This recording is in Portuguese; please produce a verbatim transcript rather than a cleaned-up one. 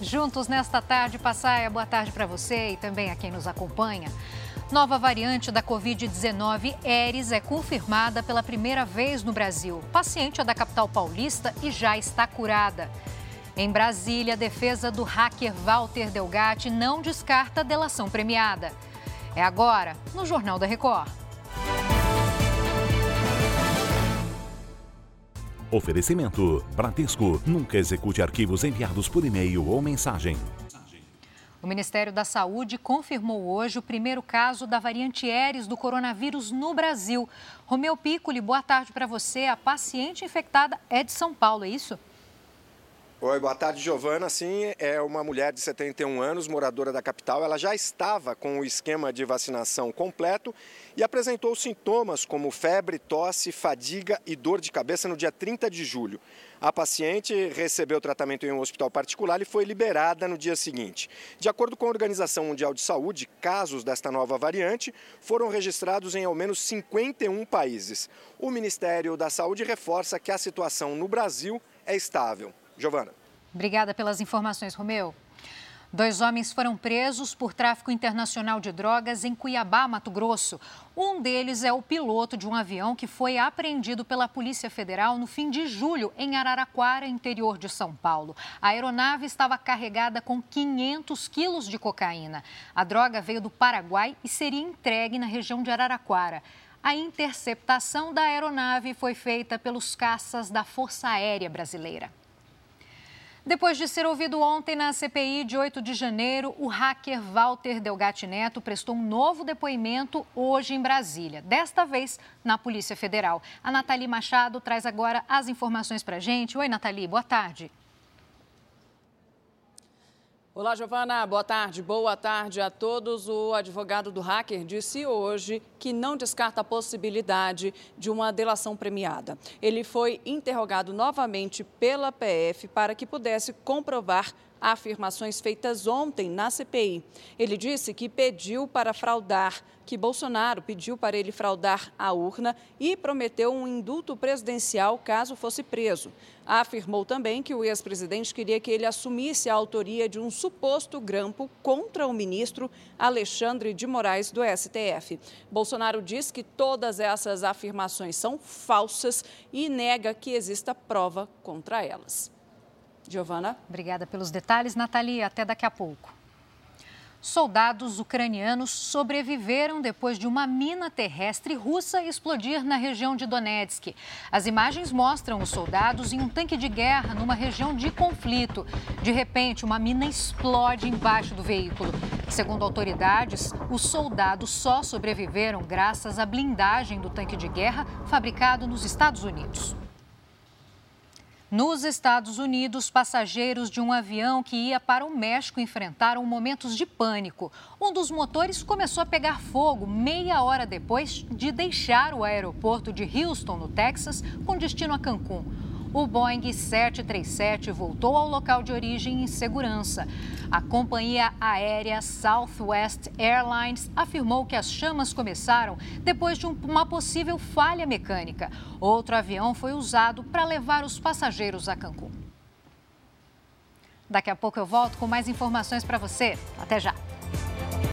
Juntos nesta tarde, Passaia, boa tarde para você e também a quem nos acompanha. Nova variante da covid dezenove, Aedes, é confirmada pela primeira vez no Brasil. Paciente é da capital paulista e já está curada. Em Brasília, a defesa do hacker Walter Delgatti não descarta delação premiada. É agora, no Jornal da Record. Oferecimento: Bradesco. Nunca execute arquivos enviados por e-mail ou mensagem. O Ministério da Saúde confirmou hoje o primeiro caso da variante Aedes do coronavírus no Brasil. Romeu Piccoli, boa tarde para você. A paciente infectada é de São Paulo, é isso? Oi, boa tarde, Giovana. Sim, é uma mulher de setenta e um anos, moradora da capital. Ela já estava com o esquema de vacinação completo e apresentou sintomas como febre, tosse, fadiga e dor de cabeça no dia trinta de julho. A paciente recebeu tratamento em um hospital particular e foi liberada no dia seguinte. De acordo com a Organização Mundial de Saúde, casos desta nova variante foram registrados em ao menos cinquenta e um países. O Ministério da Saúde reforça que a situação no Brasil é estável. Giovana. Obrigada pelas informações, Romeu. Dois homens foram presos por tráfico internacional de drogas em Cuiabá, Mato Grosso. Um deles é o piloto de um avião que foi apreendido pela Polícia Federal no fim de julho, em Araraquara, interior de São Paulo. A aeronave estava carregada com quinhentos quilos de cocaína. A droga veio do Paraguai e seria entregue na região de Araraquara. A interceptação da aeronave foi feita pelos caças da Força Aérea Brasileira. Depois de ser ouvido ontem na C P I de oito de janeiro, o hacker Walter Delgatti Neto prestou um novo depoimento hoje em Brasília, desta vez na Polícia Federal. A Nathalie Machado traz agora as informações para a gente. Oi, Nathalie, boa tarde. Olá, Giovana. Boa tarde. Boa tarde a todos. O advogado do hacker disse hoje que não descarta a possibilidade de uma delação premiada. Ele foi interrogado novamente pela P F para que pudesse comprovar afirmações feitas ontem na C P I. Ele disse que pediu para fraudar, que Bolsonaro pediu para ele fraudar a urna e prometeu um indulto presidencial caso fosse preso. Afirmou também que o ex-presidente queria que ele assumisse a autoria de um suposto grampo contra o ministro Alexandre de Moraes do S T F. Bolsonaro diz que todas essas afirmações são falsas e nega que exista prova contra elas. Giovana. Obrigada pelos detalhes, Nathalie. Até daqui a pouco. Soldados ucranianos sobreviveram depois de uma mina terrestre russa explodir na região de Donetsk. As imagens mostram os soldados em um tanque de guerra numa região de conflito. De repente, uma mina explode embaixo do veículo. Segundo autoridades, os soldados só sobreviveram graças à blindagem do tanque de guerra fabricado nos Estados Unidos. Nos Estados Unidos, passageiros de um avião que ia para o México enfrentaram momentos de pânico. Um dos motores começou a pegar fogo meia hora depois de deixar o aeroporto de Houston, no Texas, com destino a Cancún. O Boeing sete três sete voltou ao local de origem em segurança. A companhia aérea Southwest Airlines afirmou que as chamas começaram depois de uma possível falha mecânica. Outro avião foi usado para levar os passageiros a Cancún. Daqui a pouco eu volto com mais informações para você. Até já!